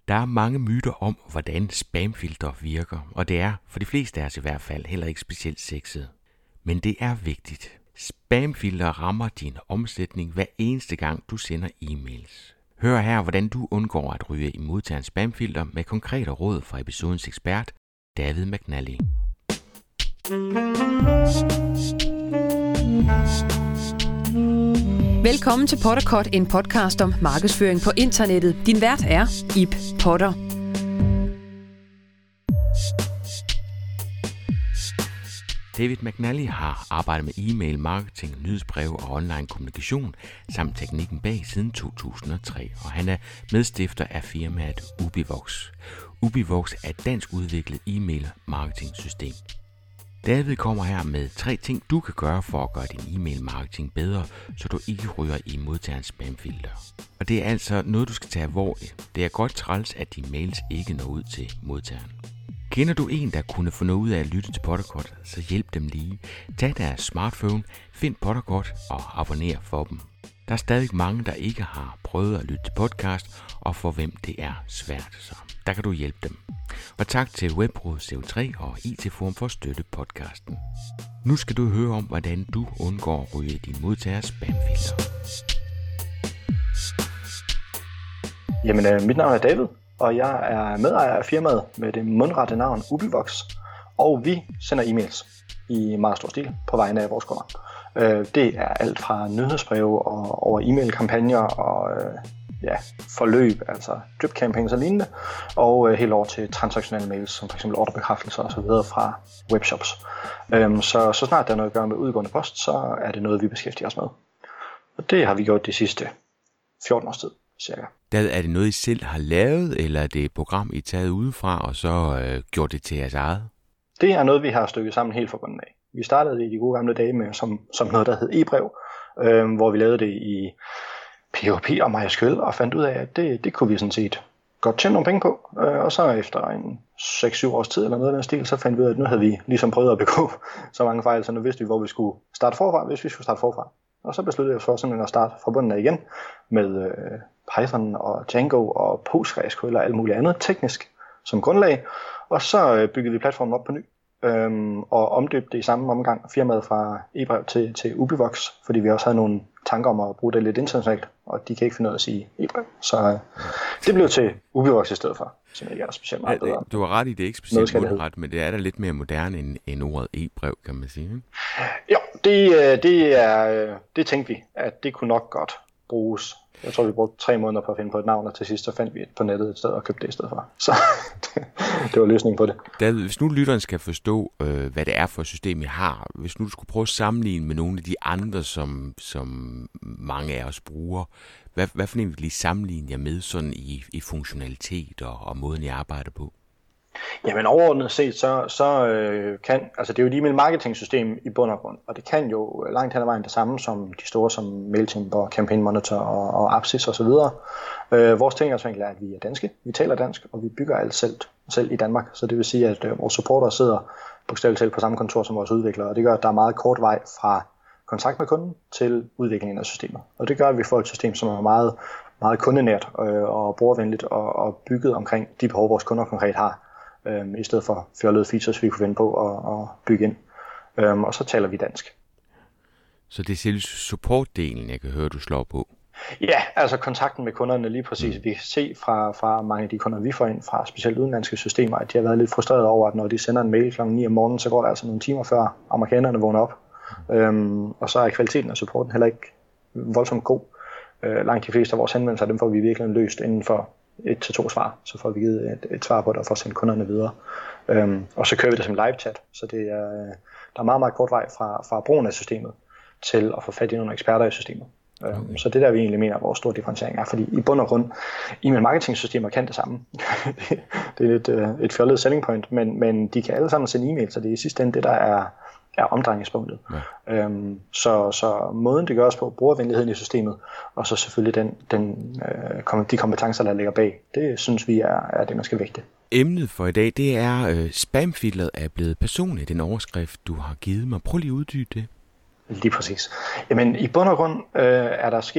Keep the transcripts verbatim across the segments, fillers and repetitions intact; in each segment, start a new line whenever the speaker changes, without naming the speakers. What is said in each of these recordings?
Der er mange myter om, hvordan spamfilter virker, og det er, for de fleste af os i hvert fald, heller ikke specielt sexet. Men det er vigtigt. Spamfilter rammer din omsætning hver eneste gang, du sender e-mails. Hør her, hvordan du undgår at ryge i modtagerens spamfilter med konkrete råd fra episodens ekspert, David McNally.
Velkommen til Potterkort, en podcast om markedsføring på internettet. Din vært er Ib Potter.
David McNally har arbejdet med e-mail, marketing, nyhedsbreve og online kommunikation samt teknikken bag siden to tusind og tre, og han er medstifter af firmaet Ubivox. Ubivox er et dansk udviklet e-mail marketing system. David kommer her med tre ting, du kan gøre for at gøre din e-mail marketing bedre, så du ikke ryger i modtagerens spamfilter. Og det er altså noget, du skal tage alvorligt. Det er godt træls, at dine mails ikke når ud til modtageren. Kender du en, der kunne få noget ud af at lytte til Potterkort, så hjælp dem lige. Tag deres smartphone, find Potterkort og abonner for dem. Der er stadig mange, der ikke har prøvet at lytte til podcast, og for hvem det er svært, så der kan du hjælpe dem. Og tak til Webbrud C O tre og I T Forum for at støtte podcasten. Nu skal du høre om, hvordan du undgår at ryge din modtagers spamfilter.
Jamen, øh, mit navn er David, og jeg er medejer af firmaet med det mundrette navn Ubivox, og vi sender e-mails i meget stor stil på vegne af vores kunder. Øh, det er alt fra nyhedsbreve og over e-mail-kampagner og øh, ja, forløb, altså drip campaigns og lignende, og øh, helt over til transaktionelle mails, som f.eks. ordrebekræftelser og så videre fra webshops. Øh, så, så snart der er noget at gøre med udgående post, så er det noget, vi beskæftiger os med. Og det har vi gjort de sidste fjorten års tid, cirka.
Er det noget, I selv har lavet, eller er det et program, I er taget udefra, og så øh, gjort det til jeres eget?
Det er noget, vi har stykket sammen helt fra bunden af. Vi startede i de gode gamle dage med som, som noget, der hed e-brev, øh, hvor vi lavede det i P H P og MySQL, og fandt ud af, at det, det kunne vi sådan set godt tjene nogle penge på. Øh, og så efter en seks syv års tid eller noget af den stil, så fandt vi ud af, at nu havde vi ligesom prøvet at begå så mange fejl, så nu vidste vi, hvor vi skulle starte forfra, hvis vi skulle starte forfra. Og så besluttede jeg for simpelthen at starte fra bunden af igen med øh, Python og Django og PostgreSQL og alt muligt andet teknisk som grundlag. Og så øh, byggede vi platformen op på ny øhm, og omdøbte det i samme omgang firmaet fra e-brev til, til Ubivox, fordi vi også havde nogle tanker om at bruge det lidt internationalt, og de kan ikke finde ud af at sige e-brev. Så øh, det blev til Ubivox i stedet for, som ikke er specielt meget bedre.
Ja, du har ret i, det er ikke specielt mundret, men det er da lidt mere moderne end, end ordet e-brev, kan man sige. Ikke?
Jo, det, det, er, det tænkte vi, at det kunne nok godt bruges. Jeg tror, vi brugte tre måneder på at finde på et navn, og til sidst så fandt vi et på nettet et sted og købte det i stedet for. Så det, det var løsningen på det.
David, hvis nu lytteren skal forstå, øh, hvad det er for et system, I har, hvis nu du skulle prøve at sammenligne med nogle af de andre, som, som mange af os bruger, hvad, hvad for en vil I sammenligne jer med sådan i, i funktionalitet og, og måden, I arbejder på?
Jamen overordnet set, så, så øh, kan, altså det er jo et e-mail marketing system i bund og grund, og det kan jo langt hen ad vejen det samme som de store som MailChimp og Campaign Monitor og, og Apsys og så videre. Øh, vores tilgangsvinkel er, at vi er danske, vi taler dansk, og vi bygger alt selv, selv i Danmark, så det vil sige, at øh, vores supportere sidder bogstaveligt talt på samme kontor som vores udviklere, og det gør, at der er meget kort vej fra kontakt med kunden til udviklingen af systemet. Og det gør, at vi får et system, som er meget, meget kundenært øh, og brugervenligt og, og bygget omkring de behov, vores kunder konkret har. Øhm, i stedet for fjollede features, vi kunne finde på at, at bygge ind. Øhm, og så taler vi dansk.
Så det er selv supportdelen, jeg kan høre, du slår på?
Ja, altså kontakten med kunderne lige præcis. Mm. Vi kan se fra, fra mange af de kunder, vi får ind fra specielt udenlandske systemer, at de har været lidt frustrerede over, at når de sender en mail klokken ni om morgenen, så går der altså nogle timer før amerikanerne vågner op. Mm. Øhm, og så er kvaliteten af supporten heller ikke voldsomt god. Øh, langt de fleste af vores henvendelser, dem får vi virkelig løst inden for et til to svar, så får vi givet et, et svar på det og får sendt kunderne videre. Øhm, og så kører vi det som live chat, så det er, der er meget, meget kort vej fra, fra brugen af systemet til at få fat i nogle eksperter i systemet. Okay. Øhm, så det der vi egentlig mener, vores store differentiering er, fordi i bund og grund, e-mail marketing systemer kan det samme. det, det er et, et fjollet selling point, men, men de kan alle sammen sende e-mail, så det er i sidste ende det, der er, er omdrejningspunktet. Ja. Øhm, så, så måden det gøres på, brugervenligheden i systemet, og så selvfølgelig den, den, øh, de kompetencer, der ligger bag, det synes vi er, er det, man skal vægte.
Emnet for i dag, det er øh, spamfilteret er blevet personligt, den overskrift, du har givet mig. Prøv lige at uddybe det.
Lige præcis. Jamen, i bund og grund øh, er der sket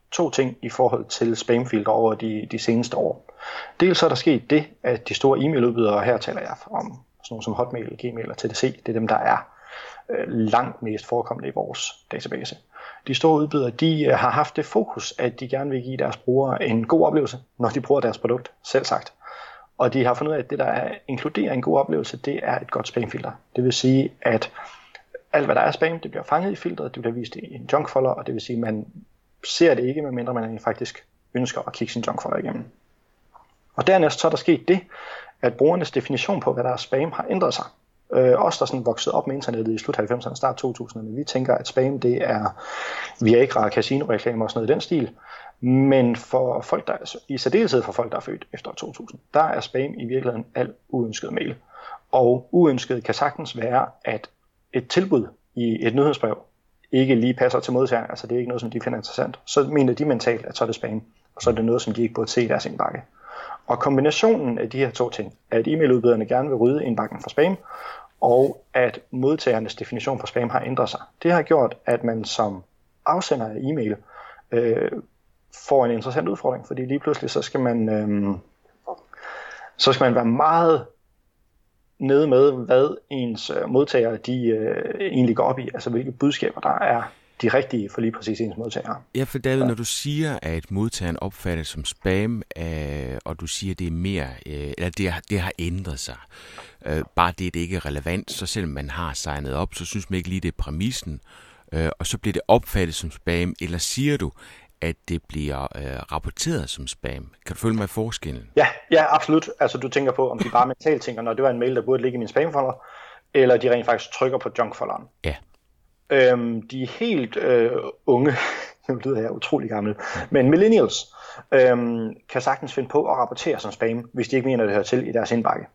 to ting i forhold til spamfilter over de, de seneste år. Dels er der sket det, at de store e-mailudbydere, her taler jeg om sådan nogle som Hotmail, Gmail og T D C, det er dem, der er øh, langt mest forekommende i vores database. De store udbydere, de øh, har haft det fokus, at de gerne vil give deres brugere en god oplevelse, når de bruger deres produkt, selv sagt. Og de har fundet ud af, at det, der er, inkluderer en god oplevelse, det er et godt spamfilter. Det vil sige, at alt, hvad der er spam, det bliver fanget i filteret, det bliver vist i en junkfolder, og det vil sige, at man ser det ikke, medmindre man faktisk ønsker at kigge sin junkfolder igennem. Og dernæst så er der sket det, at brugernes definition på, hvad der er spam, har ændret sig. Øh, os, der sådan voksede op med internettet i slut halvfemserne, start to tusinderne, vi tænker, at spam, det er Viagra, casino-reklamer og sådan noget i den stil. Men for folk, der, i særdeleshed for folk, der er født efter to tusind, der er spam i virkeligheden alt uønsket mail. Og uønsket kan sagtens være, at et tilbud i et nyhedsbrev ikke lige passer til modtageren, altså det er ikke noget, som de finder interessant. Så mener de mentalt, at så er det spam, og så er det noget, som de ikke burde se i deres indbakke. Og kombinationen af de her to ting, at e-mailudbyderne gerne vil rydde indbakken for spam, og at modtagernes definition på spam har ændret sig, det har gjort, at man som afsender af e-mail øh, får en interessant udfordring, fordi lige pludselig så skal man, øh, så skal man være meget nede med, hvad ens modtagere de, øh, egentlig går op i, altså hvilke budskaber der er de rigtige for lige præcis ens modtagere.
Ja, for David, når du siger, at modtageren opfattes som spam, øh, og du siger, at det er mere, øh, eller det, det har ændret sig, øh, bare det, det ikke er relevant, så selvom man har signet op, så synes man ikke lige, det er præmissen, øh, og så bliver det opfattet som spam, eller siger du, at det bliver øh, rapporteret som spam? Kan du følge mig i forskellen?
Ja, ja, absolut. Altså du tænker på, om de bare mentalt tænker, når det var en mail, der burde ligge i min spamfolder, eller de rent faktisk trykker på junkfolderen.
Ja.
Øhm, de helt øh, unge, nu lyder jeg utrolig gammel, men millennials øhm, kan sagtens finde på at rapportere som spam, hvis de ikke mener, det hører til i deres indbakke.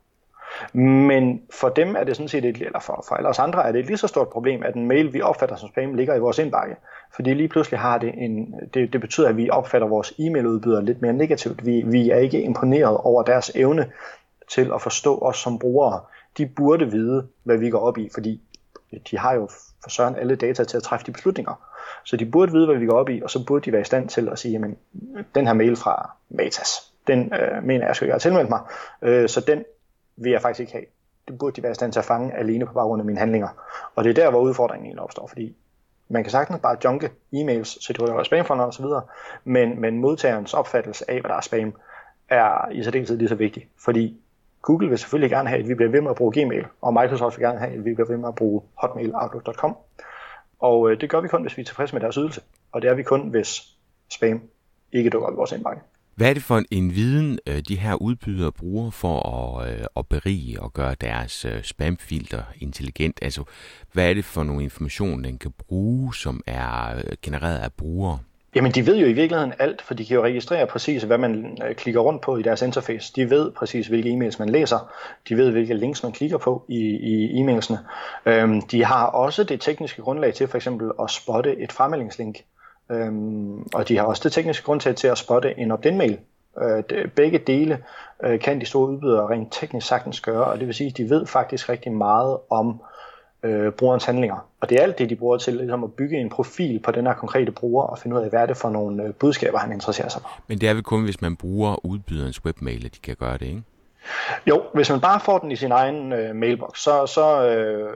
Men for dem er det sådan set, et, eller for, for alle os andre, er det et lige så stort problem, at en mail, vi opfatter som spam, ligger i vores indbakke. Fordi lige pludselig har det en, det, det betyder, at vi opfatter vores e-mailudbydere lidt mere negativt. Vi, vi er ikke imponeret over deres evne til at forstå os som brugere. De burde vide, hvad vi går op i, fordi de har jo for søren alle data til at træffe de beslutninger. Så de burde vide, hvad vi går op i, og så burde de være i stand til at sige, jamen, den her mail fra Matas, den øh, mener jeg, skal jeg have tilmeldt mig, øh, så den vil jeg faktisk ikke have. Det burde de være i stand til at fange alene på baggrund af mine handlinger. Og det er der, hvor udfordringen egentlig opstår, fordi man kan sagtens bare junke e-mails, så de rykker i spamfolder og så videre, men, men modtagerens opfattelse af, hvad der er spam, er i særdeleshed lige så vigtig, fordi Google vil selvfølgelig gerne have, at vi bliver ved med at bruge Gmail, og Microsoft vil gerne have, at vi bliver ved med at bruge Hotmail, Outlook punktum com. Og øh, det gør vi kun, hvis vi er tilfredse med deres ydelse, og det er vi kun, hvis spam ikke dukker op i vores indbakke.
Hvad er det for en viden, de her udbydere bruger for at, at berige og gøre deres spamfilter intelligent? Altså, hvad er det for nogle information, den kan bruge, som er genereret af brugere?
Jamen, de ved jo i virkeligheden alt, for de kan jo registrere præcis, hvad man klikker rundt på i deres interface. De ved præcis, hvilke e-mails man læser. De ved, hvilke links man klikker på i, i e-mailsene. Øhm, de har også det tekniske grundlag til for eksempel at spotte et fremmedlingslink. Øhm, og de har også det tekniske grund til, til at spotte en opt-in-mail. Øh, det, begge dele øh, kan de store udbydere rent teknisk sagtens gøre, og det vil sige, at de ved faktisk rigtig meget om øh, brugerens handlinger. Og det er alt det, de bruger til ligesom at bygge en profil på den her konkrete bruger og finde ud af, hvad er det for nogle øh, budskaber, han interesserer sig for.
Men det er vel kun, hvis man bruger udbyderens webmail, at de kan gøre det, ikke?
Jo, hvis man bare får den i sin egen øh, mailbox, så, så øh,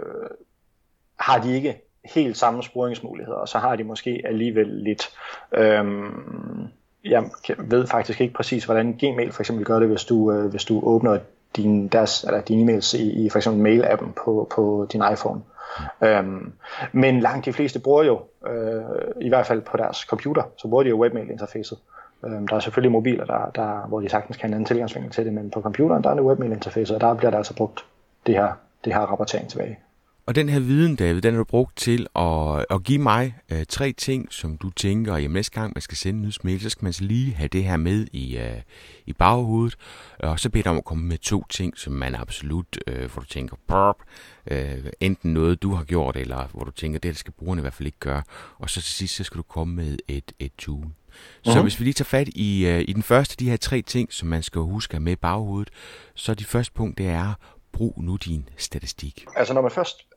har de ikke helt samme sporingsmuligheder, og så har de måske alligevel lidt. Øhm, jeg ved faktisk ikke præcis, hvordan Gmail for eksempel gør det, hvis du, øh, hvis du åbner din, deres, eller dine e-mails i, i for eksempel mail-appen på, på din iPhone. Mm. Øhm, men langt de fleste bruger jo, øh, i hvert fald på deres computer, så bruger de jo webmail-interfacet. Øhm, der er selvfølgelig mobiler, der, der, hvor de sagtens kan have en anden tilgangsvinkel til det, men på computeren, der er det webmail-interfacet, og der bliver der altså brugt det her, det her rapportering tilbage.
Og den her viden, David, den er du brugt til at, at give mig øh, tre ting, som du tænker, at næste gang man skal sende en nyhedsmail, så skal man så lige have det her med i, øh, i baghovedet. Og så beder du om at komme med to ting, som man absolut, øh, hvor du tænker, burp, øh, enten noget, du har gjort, eller hvor du tænker, det skal brugerne i hvert fald ikke gøre. Og så til sidst, så skal du komme med et, et tool. Så mm-hmm. hvis vi lige tager fat i, øh, i den første af de her tre ting, som man skal huske med i baghovedet, så er det første punkt, det er, brug nu din statistik.
Altså når man først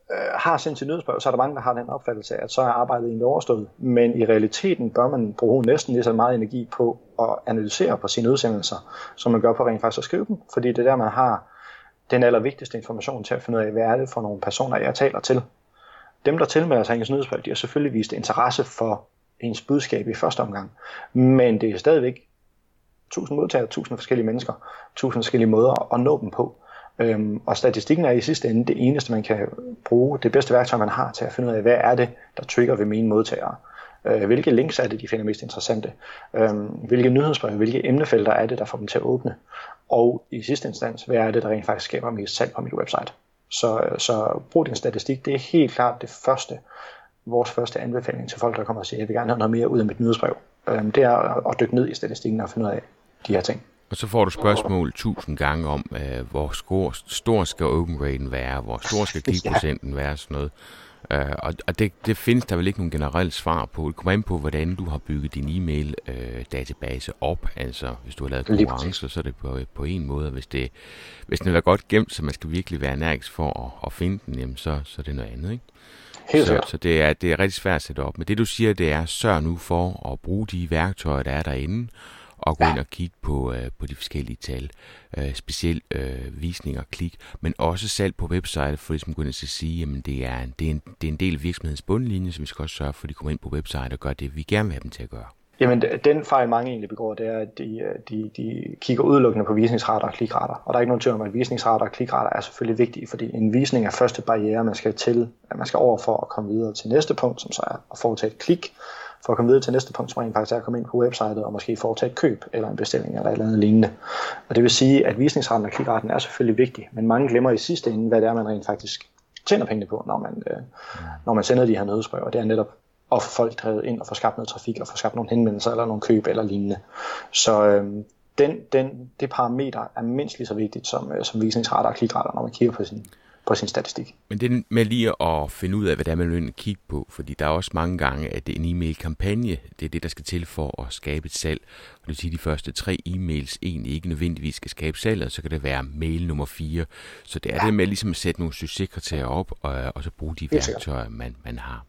har sendt sit nyhedsbrev, så er der mange, der har den opfattelse af, at så er arbejdet egentlig overstået. Men i realiteten bør man bruge næsten lige så meget energi på at analysere på sine udsendelser, som man gør på rent faktisk at skrive dem. Fordi det er der, man har den allervigtigste information til at finde ud af, hvad er det for nogle personer, jeg taler til. Dem, der tilmelder sig ens nyhedsbrev, de har selvfølgelig vist interesse for ens budskab i første omgang. Men det er stadigvæk tusind modtagere, tusind forskellige mennesker, tusind forskellige måder at nå dem på. Øhm, og statistikken er i sidste ende det eneste, man kan bruge, det bedste værktøj, man har til at finde ud af, hvad er det, der trigger ved mine modtagere. Øh, hvilke links er det, de finder mest interessante? Øh, hvilke nyhedsbrev, hvilke emnefelter er det, der får dem til at åbne? Og i sidste instans, hvad er det, der rent faktisk skaber mest salg på mit website? Så, så brug din statistik, det er helt klart det første, vores første anbefaling til folk, der kommer og siger, jeg vil gerne have noget mere ud af mit nyhedsbrev. Øh, det er at dykke ned i statistikken og finde ud af de her ting.
Og så får du spørgsmål tusind gange om, uh, hvor stor skal open raten være, hvor stor skal klikprocenten være, sådan noget. Uh, og og det, det findes der vel ikke nogen generelt svar på. Det kommer ind på, hvordan du har bygget din e-mail-database uh, op. Altså, hvis du har lavet konkurrencer, så er det på, på en måde. Hvis det, hvis den er godt gemt, så man skal virkelig være energisk for at, at finde den, jamen så, så er det noget andet, ikke?
Helt
så så det, er, det er rigtig svært at sætte op. Men det du siger, det er, sørg nu for at bruge de værktøjer, der er derinde, og gå ind og kigge på, øh, på de forskellige tal, øh, specielt øh, visning og klik, men også salg på website, for ligesom gå ind og sige, at det er, det, er en, det er en del af virksomhedens bundlinje, så vi skal også sørge for, at de kommer ind på website og gør det, vi gerne vil have dem til at gøre.
Jamen, den fejl mange egentlig begår, det er, at de, de, de kigger udelukkende på visningsrater og klikrater. Og der er ikke nogen tvivl om, at visningsrater og klikrater er selvfølgelig vigtige, fordi en visning er første barriere, man skal til, at man skal over for at komme videre til næste punkt, som så er at foretage et klik, for at komme videre til næste punkt, som rent faktisk er at komme ind på websitet og måske foretage et køb eller en bestilling eller et eller andet lignende. Og det vil sige, at visningsraten og klikraten er selvfølgelig vigtig, men mange glemmer i sidste ende, hvad det er, man rent faktisk tjener penge på, når man, øh, når man sender de her nyhedsbrev. Og det er netop at få folk drevet ind og få skabt noget trafik og få skabt nogle henvendelser eller nogle køb eller lignende. Så øh, den, den, det parameter er mindst lige så vigtigt som, øh, som visningsrater og klikrater, når man kigger på sin på sin statistik.
Men det med lige at finde ud af, hvad det er, man vil kigge på, fordi der er også mange gange, at det er en e-mail-kampagne, det er det, der skal til for at skabe et salg. Og det vil sige, at de første tre e-mails egentlig ikke nødvendigvis skal skabe salg, og så kan det være mail nummer fire. Så det er ja. det med ligesom at sætte nogle succeskriterier op, og, og så bruge de værktøjer, man, man har.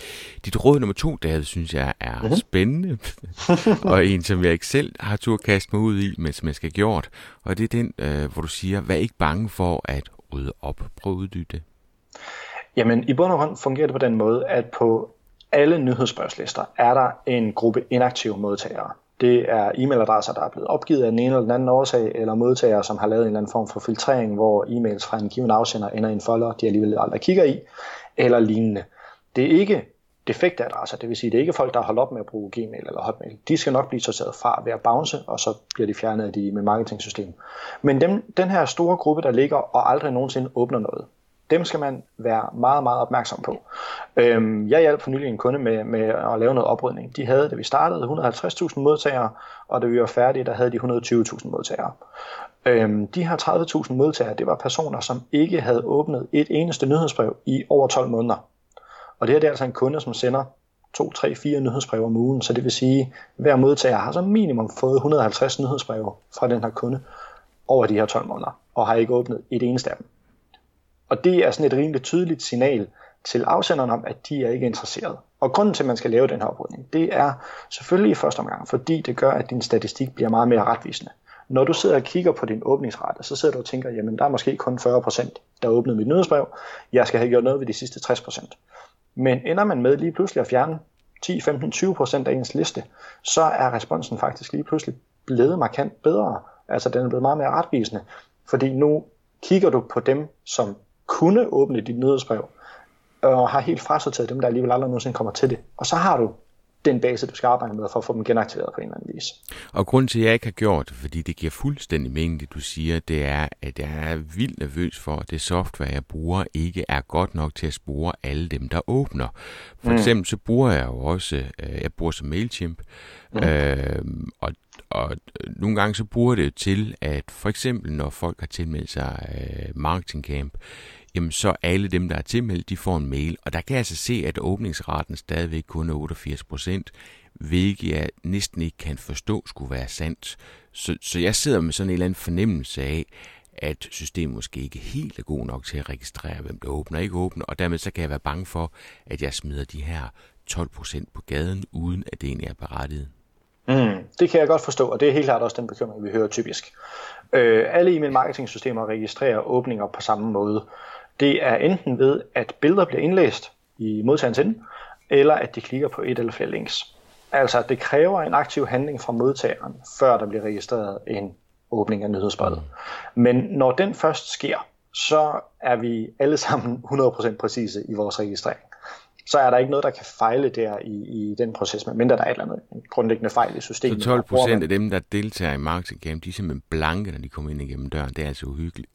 Dit råd nummer to, David, synes jeg er mm-hmm. spændende, og en, som jeg ikke selv har tur at kaste mig ud i, men som jeg skal have gjort. Og det er den, øh, hvor du siger, vær ikke bange for at rydde op. Prøv at uddybe det.
Jamen, i bund og grund fungerer det på den måde, at på alle nyhedsbrevslister er der en gruppe inaktive modtagere. Det er e-mailadresser, der er blevet opgivet af den ene eller den anden årsag, eller modtagere, som har lavet en eller anden form for filtrering, hvor e-mails fra en given afsender ender i en folder, de alligevel aldrig kigger i, eller lignende. Det er ikke defekte adresser, det vil sige, det er ikke folk, der har holdt op med at bruge Gmail eller Hotmail. De skal nok blive sorteret fra ved at bounce, og så bliver de fjernet af de med marketingsystem. Men dem, den her store gruppe, der ligger og aldrig nogensinde åbner noget, dem skal man være meget, meget opmærksom på. Øhm, jeg hjalp for nylig en kunde med, med at lave noget oprydning. De havde, da vi startede, et hundrede og halvtreds tusind modtagere, og da vi var færdige, der havde de et hundrede og tyve tusind modtagere. Øhm, de her tredive tusind modtagere, det var personer, som ikke havde åbnet et eneste nyhedsbrev i over tolv måneder. Og det her det er altså en kunde, som sender to, tre, fire nyhedsbreve om ugen, så det vil sige, at hver modtager har som minimum fået et hundrede og halvtreds nyhedsbreve fra den her kunde over de her tolv måneder, og har ikke åbnet et eneste af dem. Og det er sådan et rimelig tydeligt signal til afsenderen om, at de er ikke interesseret. Og grunden til, at man skal lave den her oprydning, det er selvfølgelig i første omgang, fordi det gør, at din statistik bliver meget mere retvisende. Når du sidder og kigger på din åbningsrate, så sidder du og tænker, jamen der er måske kun fyrre procent, der åbnede mit nyhedsbrev. Jeg skal have gjort noget ved de sidste tres procent. Men ender man med lige pludselig at fjerne ti, femten, tyve procent af ens liste, så er responsen faktisk lige pludselig blevet markant bedre. Altså den er blevet meget mere retvisende, fordi nu kigger du på dem, som kunne åbne dit nyhedsbrev, og har helt frasorteret dem, der alligevel aldrig nogensinde kommer til det. Og så har du den base, du skal arbejde med for at få dem genaktiveret på en eller anden vis.
Og grunden til, at jeg ikke har gjort det, fordi det giver fuldstændig mening, det du siger, det er, at jeg er vildt nervøs for, at det software, jeg bruger, ikke er godt nok til at spore alle dem, der åbner. For mm. eksempel så bruger jeg jo også, jeg bruger som MailChimp, mm. øh, og Og nogle gange så bruger det til, at for eksempel når folk har tilmeldt sig øh, MarketingCamp, jamen så alle dem, der er tilmeldt, de får en mail. Og der kan jeg altså se, at åbningsraten stadigvæk kun er otteogfirs procent, hvilket jeg næsten ikke kan forstå skulle være sandt. Så, så jeg sidder med sådan en eller anden fornemmelse af, at systemet måske ikke helt er god nok til at registrere, hvem der åbner og ikke åbner, og dermed så kan jeg være bange for, at jeg smider de her tolv procent på gaden, uden at det egentlig er berettiget.
Mm, det kan jeg godt forstå, og det er helt klart også den bekymring, vi hører typisk. Øh, alle e-mail marketing-systemer registrerer åbninger på samme måde. Det er enten ved, at billeder bliver indlæst i modtagerens ende, eller at de klikker på et eller flere links. Altså, det kræver en aktiv handling fra modtageren, før der bliver registreret en åbning af nyhedsbrevet. Men når den først sker, så er vi alle sammen hundrede procent præcise i vores registrering. Så er der ikke noget, der kan fejle der i, i den proces, medmindre der er et eller andet grundlæggende fejl i systemet.
Så tolv procent af dem, der deltager i Marketing Camp, de er simpelthen blanke, når de kommer ind igennem døren. Det er altså uhyggeligt.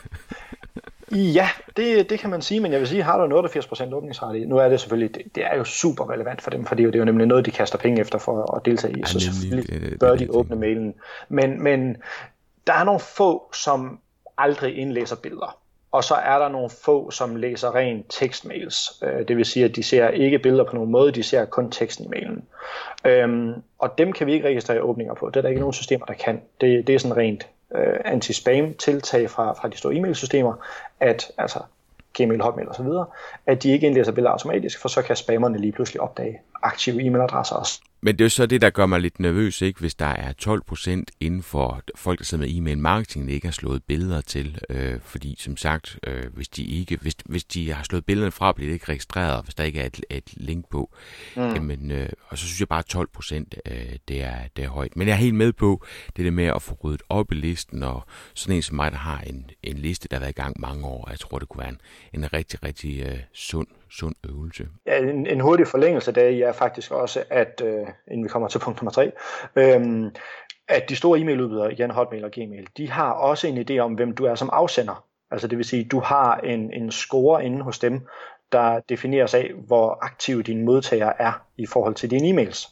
Ja, det, det kan man sige, men jeg vil sige, har du otteogfirs procent åbningsrate, nu er det selvfølgelig, det, det er jo super relevant for dem, for det er jo, det er jo nemlig noget, de kaster penge efter for at deltage i, ja, så selvfølgelig det, det, bør det, det, de åbne mailen. Men, men der er nogle få, som aldrig indlæser billeder, og så er der nogle få, som læser ren tekstmails. Det vil sige, at de ser ikke billeder på nogen måde, de ser kun teksten i mailen. Øhm, og dem kan vi ikke registrere åbninger på, det er der ikke nogen systemer, der kan. Det, det er sådan rent Uh, anti-spam-tiltag fra, fra de store e-mailsystemer, at altså Gmail, Hotmail og så videre, at de ikke indlæser billeder automatisk, for så kan spammerne lige pludselig opdage aktive e-mailadresser også.
Men det er jo så det, der gør mig lidt nervøs, ikke? Hvis der er tolv procent inden for folk, der sidder med e-mail marketing, der ikke har slået billeder til. Øh, fordi som sagt, øh, hvis, de ikke, hvis, hvis de har slået billederne fra, bliver det ikke registreret, hvis der ikke er et, et link på. Mm. Jamen, øh, og så synes jeg bare, at tolv procent øh, det, er, det er højt. Men jeg er helt med på det der med at få ryddet op i listen, og sådan en som mig, der har en, en liste, der har været i gang mange år. Jeg tror, det kunne være en, en rigtig, rigtig øh, sund sund øvelse.
Ja, en, en hurtig forlængelse af det er faktisk også, at øh, inden vi kommer til punkt nummer tre, øh, at de store e-mailudbydere, igen Hotmail og Gmail, de har også en idé om, hvem du er som afsender. Altså det vil sige, du har en, en score inde hos dem, der defineres af, hvor aktiv din modtager er i forhold til dine e-mails.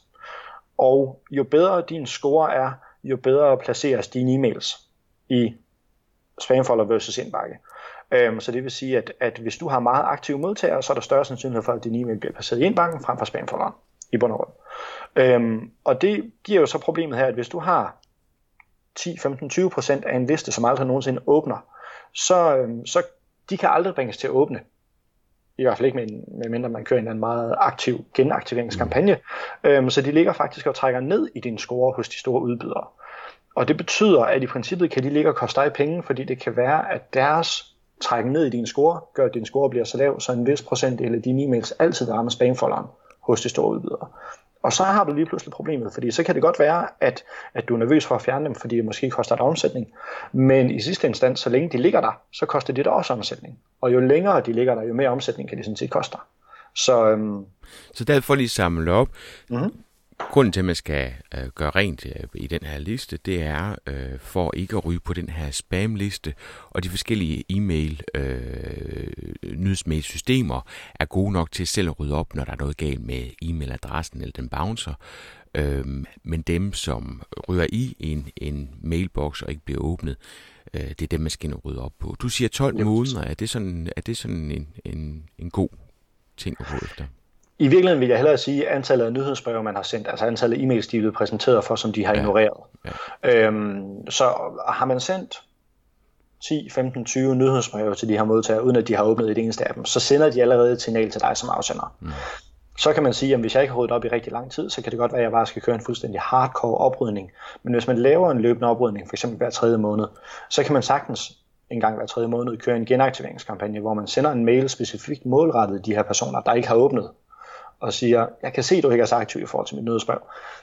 Og jo bedre din score er, jo bedre placeres dine e-mails i spamfolder versus indbakke. Um, så det vil sige, at, at hvis du har meget aktive modtagere, så er der større sandsynlighed for, at din e-mail bliver placeret i indbakken frem for spamfolderen i bund og grund. Um, og det giver jo så problemet her, at hvis du har ti, femten, tyve procent af en liste, som aldrig nogensinde åbner, så, um, så de kan aldrig bringes til at åbne. I hvert fald ikke, med, med mindre man kører en, en meget aktiv genaktiveringskampagne. Um, så de ligger faktisk og trækker ned i din score hos de store udbydere. Og det betyder, at i princippet kan de ligge og koste dig penge, fordi det kan være, at deres trækken ned i din score, gør at din score bliver så lav, så en vis procentdel af dine e-mails altid rammer spamfolderen hos de store udbydere. Og så har du lige pludselig problemet, fordi så kan det godt være, at, at du er nervøs for at fjerne dem, fordi det måske koster dig omsætning. Men i sidste instans, så længe de ligger der, så koster det der også omsætning. Og jo længere de ligger der, jo mere omsætning kan de sådan set koste dig. Så, øhm,
så derfor lige samle op.
Mm-hmm.
Grunden til, at man skal øh, gøre rent øh, i den her liste, det er øh, for ikke at ryge på den her spam-liste, og de forskellige e-mail øh, nyhedsmail-systemer er gode nok til selv at rydde op, når der er noget galt med e-mailadressen eller den bouncer. Øh, men dem, som ryger i en, en mailbox og ikke bliver åbnet, øh, det er dem, man skal rydde op på. Du siger tolv måneder. Er det sådan, er det sådan en, en, en god ting at gå efter?
I virkeligheden vil jeg hellere sige, at antallet af nyhedsbreve, man har sendt, altså antallet af e-mails, de er blevet præsenteret for, som de har ja. ignoreret. Ja. Øhm, så har man sendt ti, femten, tyve nyhedsbreve til de her modtagere, uden at de har åbnet et eneste af dem, så sender de allerede et signal til dig som afsender. Mm. Så kan man sige, at hvis jeg ikke har ryddet op i rigtig lang tid, så kan det godt være, at jeg bare skal køre en fuldstændig hardcore oprydning. Men hvis man laver en løbende oprydning, f.eks. hver tredje måned, så kan man sagtens en gang hver tredje måned køre en genaktiveringskampagne, hvor man sender en mail specifikt målrettet de her personer, der ikke har åbnet, og siger, jeg kan se, at du ikke er så aktiv i forhold til mit nyhedsbrev.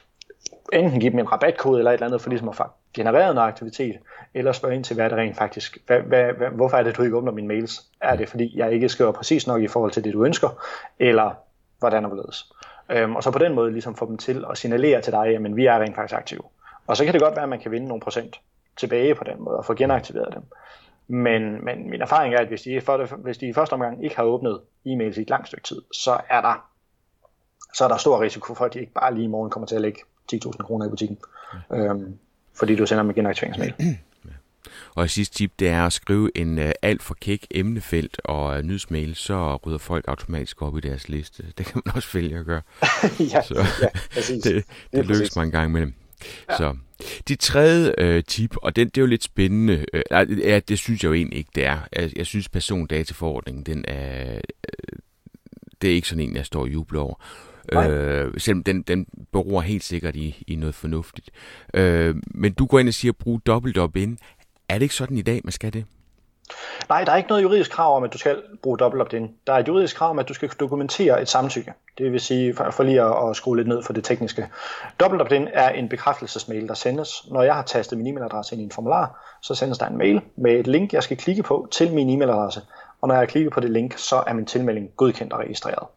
Enten give dem en rabatkode eller et eller andet, for ligesom at få genereret noget aktivitet, eller spørge ind til, hvad det rent faktisk, hvad, hvad, hvad, hvorfor er det, du ikke åbner mine mails? Er det, fordi jeg ikke skriver præcis nok i forhold til det, du ønsker, eller hvordan er det? Øhm, og så på den måde ligesom få dem til at signalere til dig, jamen vi er rent faktisk aktive. Og så kan det godt være, at man kan vinde nogle procent tilbage på den måde, og få genaktiveret dem. Men, men min erfaring er, at hvis de, for det, hvis de i første omgang ikke har åbnet e-mails i et langt stykke tid, så er der så er der stor risiko for, at de ikke bare lige i morgen kommer til at lægge ti tusind kroner i butikken, ja. øhm, fordi du sender med genaktiveringsmail. Ja.
Og et sidste tip, det er at skrive en uh, alt for kæk emnefelt og uh, nyhedsmail, så rydder folk automatisk op i deres liste. Det kan man også vælge at gøre.
ja,
så,
ja, præcis.
det det, det lykkes mig en gang med dem. Ja. Så de tredje øh, tip, og den, det er jo lidt spændende, øh, ja, det synes jeg jo egentlig ikke, det er. Jeg, jeg synes, persondataforordningen, den er, øh, det er ikke sådan en, jeg står og jubler over. Øh, selvom den, den beror helt sikkert i, i noget fornuftigt. Øh, men du går ind og siger, brug dobbelt opt-in. Er det ikke sådan i dag, man skal det?
Nej, der er ikke noget juridisk krav om, at du skal bruge dobbelt opt-in. Der er et juridisk krav om, at du skal dokumentere et samtykke. Det vil sige, for, for lige at, at skrue lidt ned for det tekniske. Dobbelt opt-in er en bekræftelsesmail, der sendes. Når jeg har tastet min e-mailadresse ind i en formular, så sendes der en mail med et link, jeg skal klikke på til min e-mailadresse. Og når jeg klikker på det link, så er min tilmelding godkendt og registreret.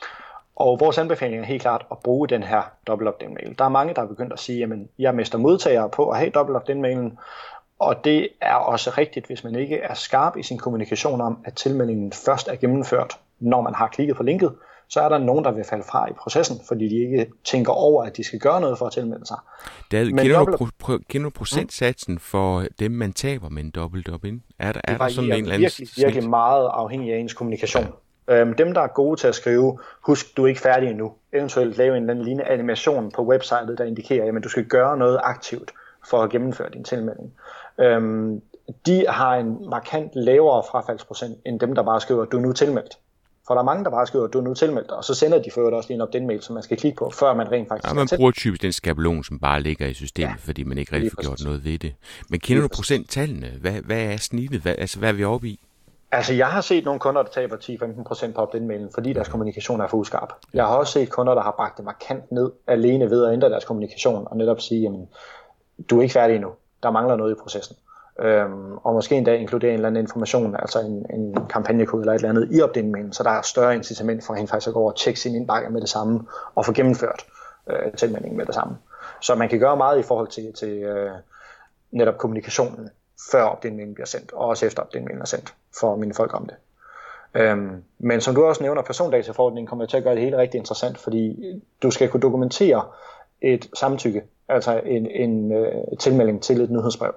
Og vores anbefaling er helt klart at bruge den her dobbelt opt-in mail. Der er mange, der er begyndt at sige, at jeg mister modtagere på at have dobbelt opt-in mailen. Og det er også rigtigt, hvis man ikke er skarp i sin kommunikation om, at tilmeldingen først er gennemført, når man har klikket på linket, så er der nogen, der vil falde fra i processen, fordi de ikke tænker over, at de skal gøre noget for at tilmelde sig.
David, kender, dobbelt... du, pro, kender du procentsatsen for dem, man taber med en dobbelt opt-in? Er der, er der sådan en eller anden
virkelig, virkelig meget afhængig af ens kommunikation. Ja. Øhm, dem, der er gode til at skrive, husk, du er ikke færdig endnu. Eventuelt lave en eller anden lignende animation på websitet, der indikerer, at du skal gøre noget aktivt for at gennemføre din tilmelding. Øhm, de har en markant lavere frafaldsprocent end dem, der bare skriver, at du er nu tilmeldt. For der er mange, der bare skriver, at du er nu tilmeldt, og så sender de for også lige en opt-in-mail, som man skal klikke på, før man rent faktisk
ja, man bruger typisk den skabelon, som bare ligger i systemet, ja, fordi man ikke rigtig får gjort noget ved det. Men kender du procenttallene? Hvad, hvad er snittet? Hvad, altså, hvad er vi oppe i?
Altså, jeg har set nogle kunder, der taber ti til femten procent på opt-in-mailen, fordi deres kommunikation er for uskarp. Jeg har også set kunder, der har bragt det markant ned, alene ved at ændre deres kommunikation, og netop sige, jamen, du er ikke færdig endnu. Der mangler noget i processen. Øhm, og måske endda inkludere en eller anden information, altså en, en kampagnekode eller et eller andet i opt-in-mailen, så der er større incitament for hende faktisk at gå over og tjekke sin indbakke med det samme, og få gennemført øh, tilmeldingen med det samme. Så man kan gøre meget i forhold til, til øh, netop kommunikationen, før opt-in-mailen bliver sendt, og også efter opt-in-mailen er sendt, for at minde folk om det. Øhm, men som du også nævner, persondataforordningen kommer til at gøre det hele rigtig interessant, fordi du skal kunne dokumentere et samtykke, altså en, en øh, tilmelding til et nyhedsbrev.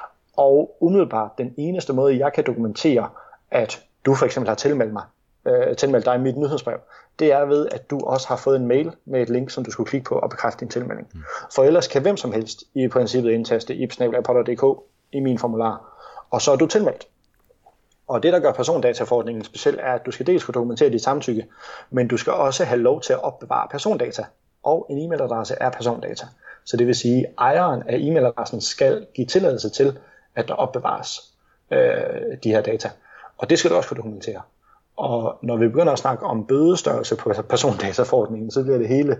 Og umiddelbart den eneste måde, jeg kan dokumentere, at du for eksempel har tilmeldt mig, øh, tilmeldt dig mit nyhedsbrev, det er ved, at du også har fået en mail med et link, som du skulle klikke på og bekræfte din tilmelding. Mm. For ellers kan hvem som helst i princippet indtaste ip snabel-a punktum d k i min formular, og så er du tilmeldt. Og det, der gør persondataforordningen speciel, er, at du skal dels kunne dokumentere dit samtykke, men du skal også have lov til at opbevare persondata. Og en e-mailadresse er persondata. Så det vil sige, at ejeren af e-mailadressen skal give tilladelse til, at der opbevares øh, de her data. Og det skal du også kunne dokumentere. Og når vi begynder at snakke om bødestørrelse på persondataforordningen, så bliver det hele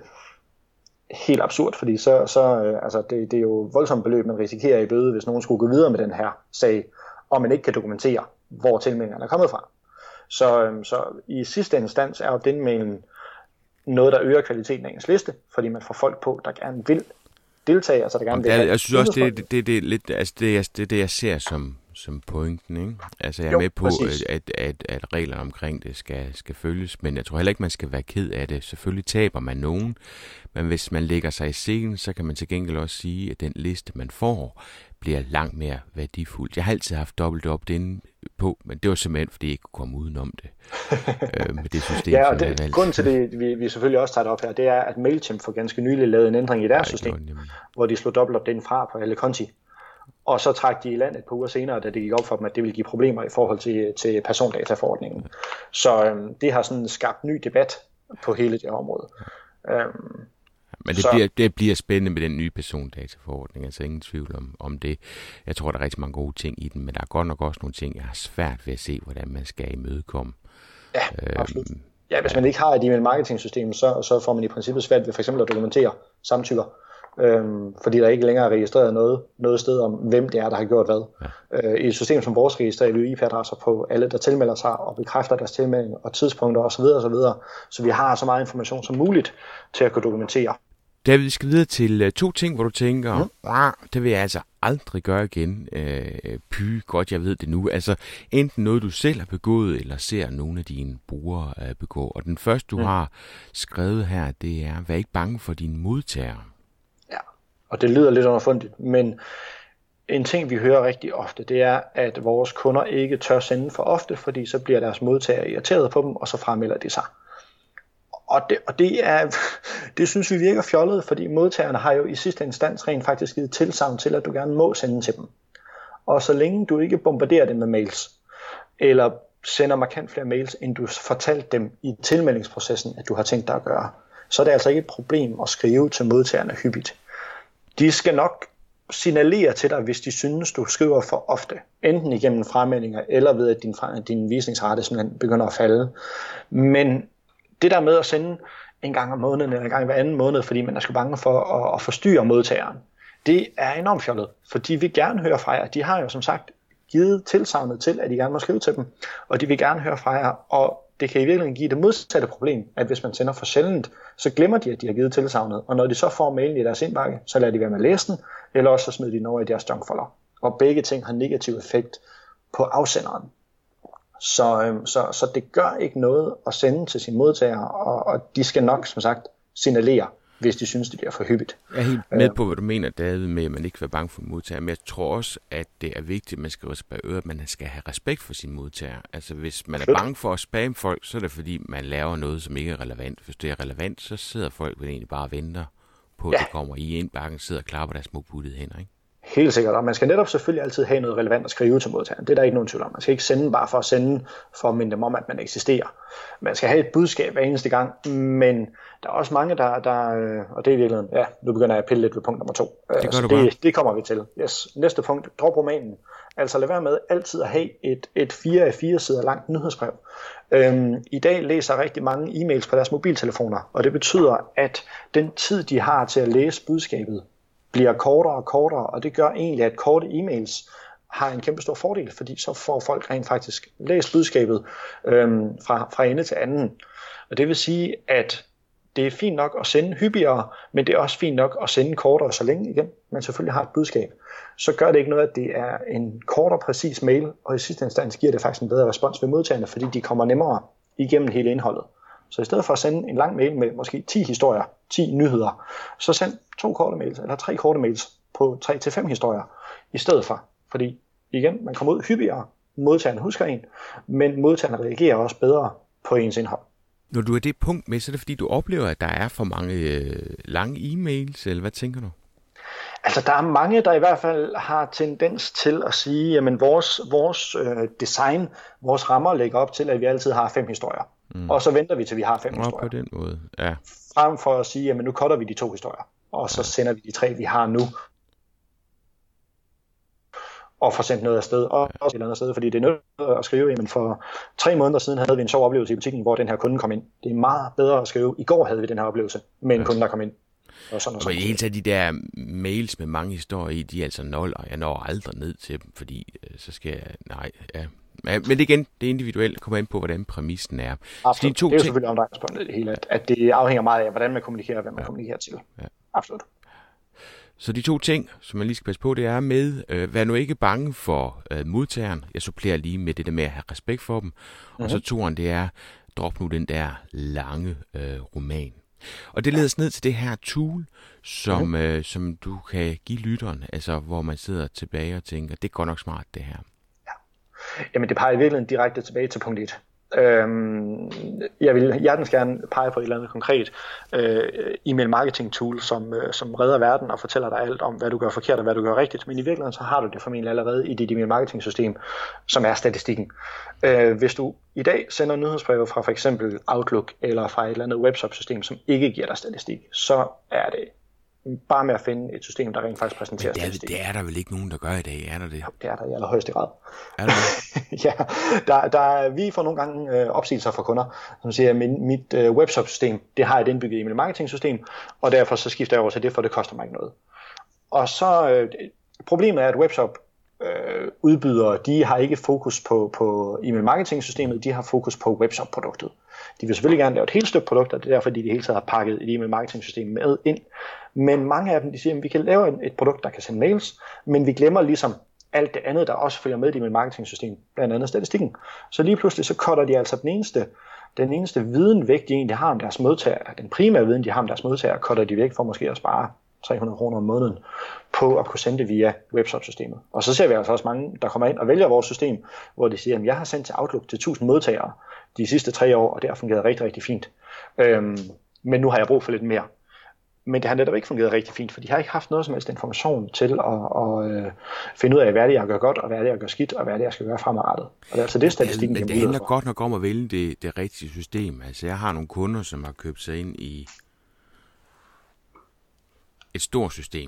helt absurd, fordi så, så øh, altså det, det er jo voldsomt beløb, man risikerer i bøde, hvis nogen skulle gå videre med den her sag, og man ikke kan dokumentere, hvor tilmeldingerne er kommet fra. Så, øh, så i sidste instans er opt-in-mailen noget, der øger kvaliteten af ens liste, fordi man får folk på, der gerne vil deltage, altså der gerne vil
have. Jeg synes også, det, det, det, det, lidt, altså det, er, det, det jeg ser som, som pointen, ikke? Altså jeg er jo, med på, at, at, at reglerne omkring det skal, skal følges, men jeg tror heller ikke, man skal være ked af det. Selvfølgelig taber man nogen, men hvis man lægger sig i scenen, så kan man til gengæld også sige, at den liste, man får, bliver langt mere værdifuld. Jeg har altid haft dobbelt opt-in på, men det var simpelthen, fordi jeg ikke kunne komme udenom det. øh, med det system,
ja, og det, grunden til det, vi, vi selvfølgelig også tager det op her, det er, at MailChimp for ganske nylig lavede en ændring i deres system, noget, hvor de slog dobbelt opt-in fra på alle konti. Og så trak de i land et par uger senere, da det gik op for dem, at det ville give problemer i forhold til, til persondataforordningen. Så øhm, det har sådan skabt ny debat på hele det her område. Øhm,
Men det, så... bliver, det bliver spændende med den nye persondataforordning, altså ingen tvivl om, om det. Jeg tror, der er rigtig mange gode ting i den, men der er godt nok også nogle ting, jeg har svært ved at se, hvordan man skal imødekomme.
Ja, absolut. Øhm, ja, hvis man ikke har et e-mail marketing system, så, så får man i princippet svært ved for eksempel at dokumentere samtykker. Øhm, fordi der ikke længere er registreret noget, noget sted om, hvem det er, der har gjort hvad. Ja. Øh, I et system som vores registrerer vi I P-adresser på alle, der tilmelder sig og bekræfter deres tilmelding og tidspunkter osv. osv. Så vi har så meget information som muligt til at kunne dokumentere.
David, vi skal videre til uh, to ting, hvor du tænker, mm. det vil jeg altså aldrig gøre igen. Uh, py, godt jeg ved det nu. Altså enten noget, du selv har begået, eller ser nogle af dine brugere uh, begå. Og den første, du mm. har skrevet her, det er, vær ikke bange for dine modtagere.
Ja, og det lyder lidt underfundigt, men en ting, vi hører rigtig ofte, det er, at vores kunder ikke tør sende for ofte, fordi så bliver deres modtagere irriteret på dem, og så fremelder de sig. Og, det, og det, er, det synes vi virker fjollet, fordi modtagerne har jo i sidste instans rent faktisk givet tilsagn til, at du gerne må sende til dem. Og så længe du ikke bombarderer dem med mails, eller sender markant flere mails, end du fortalte dem i tilmeldingsprocessen, at du har tænkt dig at gøre, så er det altså ikke et problem at skrive til modtagerne hyppigt. De skal nok signalere til dig, hvis de synes, du skriver for ofte, enten igennem fremeldinger, eller ved at din, din visningsrate simpelthen begynder at falde. Men det der med at sende en gang om måneden, eller en gang hver anden måned, fordi man er sgu bange for at, at forstyrre modtageren, det er enormt fjollet, for de vil gerne høre fra jer. De har jo som sagt givet tilsagnet til, at I gerne må skrive til dem, og de vil gerne høre fra jer, og det kan i virkeligheden give det modsatte problem, at hvis man sender for sjældent, så glemmer de, at de har givet tilsagnet, og når de så får mailen i deres indbakke, så lader de være med at læse den, eller også så smider de den over i deres junkfolder. Og begge ting har negativ effekt på afsenderen. Så, øhm, så, så det gør ikke noget at sende til sine modtagere, og, og de skal nok, som sagt, signalere, hvis de synes, det bliver for hyppigt.
Jeg er helt med på, hvad du mener, David, med at man ikke vil være bange for modtager, men jeg tror også, at det er vigtigt, at man skal også bag øret, at man skal have respekt for sine modtagere. Altså hvis man er bange for at spamme folk, så er det fordi, man laver noget, som ikke er relevant. Hvis det er relevant, så sidder folk vel egentlig bare og venter på, at ja. det kommer i indbakken, sidder og klapper deres små buttede hænder, ikke?
Helt sikkert, og man skal netop selvfølgelig altid have noget relevant at skrive til modtageren. Det er der ikke nogen tvivl om. Man skal ikke sende bare for at sende, for at minde dem om, at man eksisterer. Man skal have et budskab hver eneste gang, men der er også mange, der, der og det er i virkeligheden, ja, nu begynder jeg at pille lidt ved punkt nummer to.
Det,
så det, det kommer vi til. Yes. Næste punkt, drop romanen. Altså lad være med altid at have et, et fire af fire sider langt nyhedsbrev. Øhm, I dag læser rigtig mange e-mails på deres mobiltelefoner, og det betyder, at den tid, de har til at læse budskabet, bliver kortere og kortere, og det gør egentlig, at korte e-mails har en kæmpe stor fordel, fordi så får folk rent faktisk læst budskabet øhm, fra, fra ende til anden. Og det vil sige, at det er fint nok at sende hyppigere, men det er også fint nok at sende kortere, så længe igen man selvfølgelig har et budskab. Så gør det ikke noget, at det er en kort og præcis mail, og i sidste instans giver det faktisk en bedre respons ved modtagerne, fordi de kommer nemmere igennem hele indholdet. Så i stedet for at sende en lang mail med måske ti historier, ti nyheder, så send to korte mails, eller tre korte mails på tre til fem historier i stedet for. Fordi igen, man kommer ud hyppigere, modtageren husker en, men modtageren reagerer også bedre på ens indhold.
Når du er det punkt med, så er det fordi, du oplever, at der er for mange øh, lange e-mails, eller hvad tænker du?
Altså, der er mange, der i hvert fald har tendens til at sige, jamen vores, vores øh, design, vores rammer lægger op til, at vi altid har fem historier. Mm. Og så venter vi til, vi har fem
Nå,
historier.
på den måde, ja.
Frem for at sige, jamen nu cutter vi de to historier, og så ja. sender vi de tre, vi har nu. Og får sendt noget afsted, og også et eller andet sted, fordi det er nødt at skrive, jamen for tre måneder siden havde vi en sjov oplevelse i butikken, hvor den her kunde kom ind. Det er meget bedre at skrive, i går havde vi den her oplevelse med en ja. kunde, der kom ind. Og sådan og sådan.
Og i hele taget de der mails med mange historier i, de er altså nul, og jeg når aldrig ned til dem, fordi øh, så skal jeg, nej, ja. Men igen, det er individuelt, kommer ind på, hvordan præmissen er.
Absolut, de to det er jo selvfølgelig omdrejningspunktet det hele, at, at det afhænger meget af, hvordan man kommunikerer, hvad man ja. kommunikerer til. Ja. Absolut.
Så de to ting, som man lige skal passe på, det er med, øh, vær nu ikke bange for øh, modtageren. Jeg supplerer lige med det der med at have respekt for dem. Mm-hmm. Og så toeren, det er, drop nu den der lange øh, roman. Og det leder os ned til det her tool, som, mm-hmm. øh, som du kan give lytteren, altså hvor man sidder tilbage og tænker, det er godt nok smart det her.
Ja. Jamen det peger i virkeligheden direkte tilbage til punkt et. Øhm, jeg vil hjertens gerne pege på et eller andet konkret øh, e-mail marketing tool, som, øh, som redder verden og fortæller dig alt om, hvad du gør forkert og hvad du gør rigtigt. Men i virkeligheden så har du det formentlig allerede i dit e-mail marketing system, som er statistikken. Øh, hvis du i dag sender nyhedsbreve fra for eksempel Outlook eller fra et eller andet webshop-system, som ikke giver dig statistik, så er det bare med at finde et system, der rent faktisk præsenterer
det er,
statistik.
Det er der vel ikke nogen, der gør i dag, er der det?
Jo, det er der i allerhøjeste grad.
Er der det?
Ja, der, der, vi får nogle gange øh, opsigelser fra kunder, som siger, at min, mit øh, webshop-system, det har et indbygget e-mail marketing-system, og derfor så skifter jeg over til det, for det koster mig ikke noget. Og så, øh, problemet er, at webshop øh, udbydere, de har ikke fokus på, på e-mail marketing-systemet, de har fokus på webshop-produktet. De vil selvfølgelig gerne lave et helt stykke produkter, det er derfor, de det hele taget har pakket et e-mail marketing-system med ind. Men mange af dem, de siger, at vi kan lave et produkt, der kan sende mails, men vi glemmer ligesom alt det andet, der også følger med i e-mail marketing-system, blandt andet statistikken. Så lige pludselig, så cutter de altså den eneste, den eneste viden væk, de egentlig har om deres modtager, den primære viden, de har om deres modtager, cutter de væk for måske at spare tre hundrede kroner om måneden på at kunne sende det via webshop-systemet. Og så ser vi altså også mange, der kommer ind og vælger vores system, hvor de siger, at jeg har sendt til Outlook til tusind modtagere de sidste tre år, og det har fungeret rigtig, rigtig fint. Øhm, men nu har jeg brug for lidt mere. Men det har netop ikke fungeret rigtig fint, for de har ikke haft noget som helst information til at, at, at finde ud af, hvad det er, jeg gør godt, og hvad det er, jeg gør skidt, og hvad det er, jeg skal gøre fremadrettet. Og det er altså det, statistikken
kan det handler godt nok om at vælge det, det rigtige system. Altså, jeg har nogle kunder, som har købt sig ind i et stort system.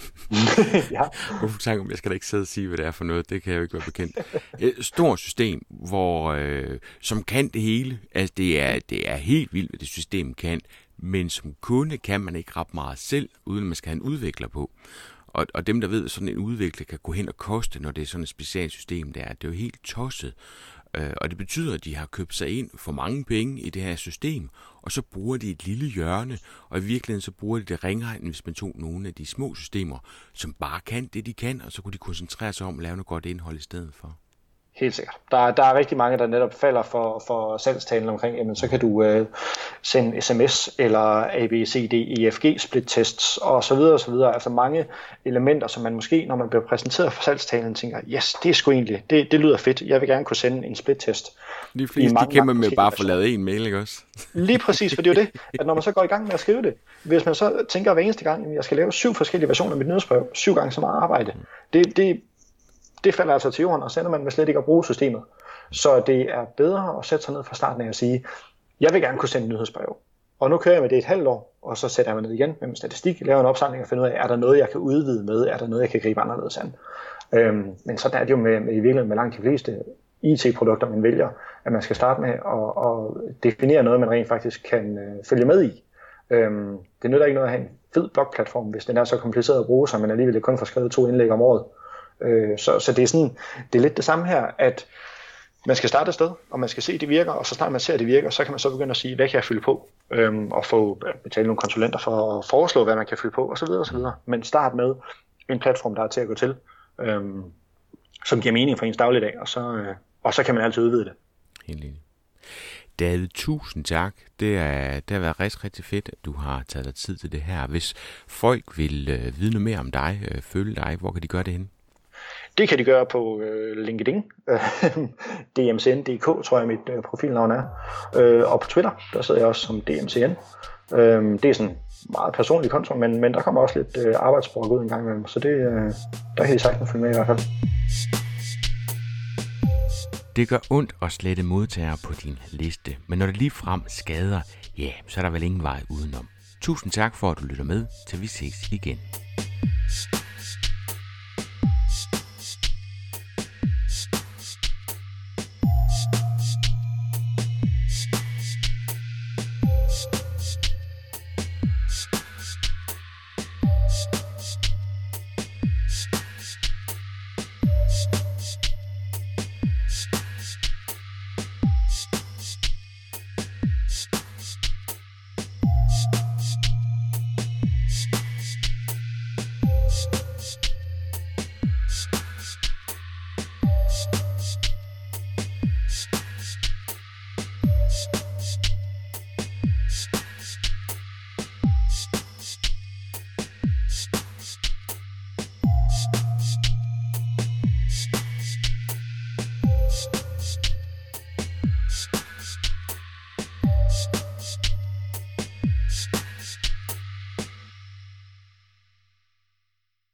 Ja.
Hvorfor tænker jeg, skal da ikke sidde og sige, hvad det er for noget? Det kan jeg jo ikke være bekendt. Et stort system, hvor, øh, som kan det hele. Altså, det er, det er helt vildt, hvad det system kan. Men som kunde kan man ikke ret meget selv, uden man skal have en udvikler på. Og, og dem, der ved, at sådan en udvikler kan gå hen og koste, når det er sådan et specialsystem, der er, det er jo helt tosset. Øh, og det betyder, at de har købt sig ind for mange penge i det her system, og så bruger de et lille hjørne, og i virkeligheden så bruger de det ringregn, hvis man tog nogle af de små systemer, som bare kan det, de kan, og så kunne de koncentrere sig om at lave noget godt indhold i stedet for.
Helt sikkert. Der, der er rigtig mange, der netop falder for, for salgstalen omkring, jamen så kan du øh, sende sms eller A B C D E F G split tests og så videre og så videre. Altså mange elementer, som man måske, når man bliver præsenteret for salgstalen, tænker, yes, det er sgu egentlig, det, det lyder fedt. Jeg vil gerne kunne sende en split test.
De fleste, de kæmper med bare at få lavet en mail, ikke også?
Lige præcis, for det er jo det, at når man så går i gang med at skrive det, hvis man så tænker hver eneste gang, at jeg skal lave syv forskellige versioner af mit nyhedsbrev, syv gange så meget arbejde, det, det Det falder altså til jorden, og så ender man med slet ikke at bruge systemet. Så det er bedre at sætte sig ned fra starten af og sige, jeg vil gerne kunne sende nyhedsbrev. Og nu kører jeg med det et halvt år, og så sætter jeg mig ned igen med min statistik, laver en opsamling og finder ud af, er der noget, jeg kan udvide med, er der noget, jeg kan gribe anderledes an. Øhm, men sådan er det jo med, med, i virkeligheden med langt de fleste I T-produkter, man vælger, at man skal starte med at, at definere noget, man rent faktisk kan øh, følge med i. Øhm, det nytter ikke noget at have en fed blogplatform, hvis den er så kompliceret at bruge, så man alligevel kun får skrevet to indlæg om året. Så, så det er sådan, det er lidt det samme her, at man skal starte et sted, og man skal se, at det virker, og så snart man ser, at det virker, så kan man så begynde at sige, hvad kan jeg fylde på, øhm, og få betale nogle konsulenter for at foreslå, hvad man kan fylde på, osv. osv. Men start med en platform, der er til at gå til, øhm, som giver mening for ens dagligdag, og så, øh, og så kan man altid udvide det.
Helt enig. David, tusind tak. Det, er, det har været rigtig, rigtig fedt, at du har taget dig tid til det her. Hvis folk vil øh, vide noget mere om dig, øh, følge dig, hvor kan de gøre det henne?
Det kan de gøre på øh, LinkedIn, D M C N punktum D K tror jeg mit øh, profilnavn er, øh, og på Twitter, der sidder jeg også som D M C N. Øh, det er sådan meget personlig konto, men, men der kommer også lidt øh, arbejdsbrug ud en gang imellem, så det, øh, der kan I sagtens følge med i hvert fald.
Det gør ondt at slette modtagere på din liste, men når det ligefrem skader, ja, så er der vel ingen vej udenom. Tusind tak for, at du lytter med, til vi ses igen.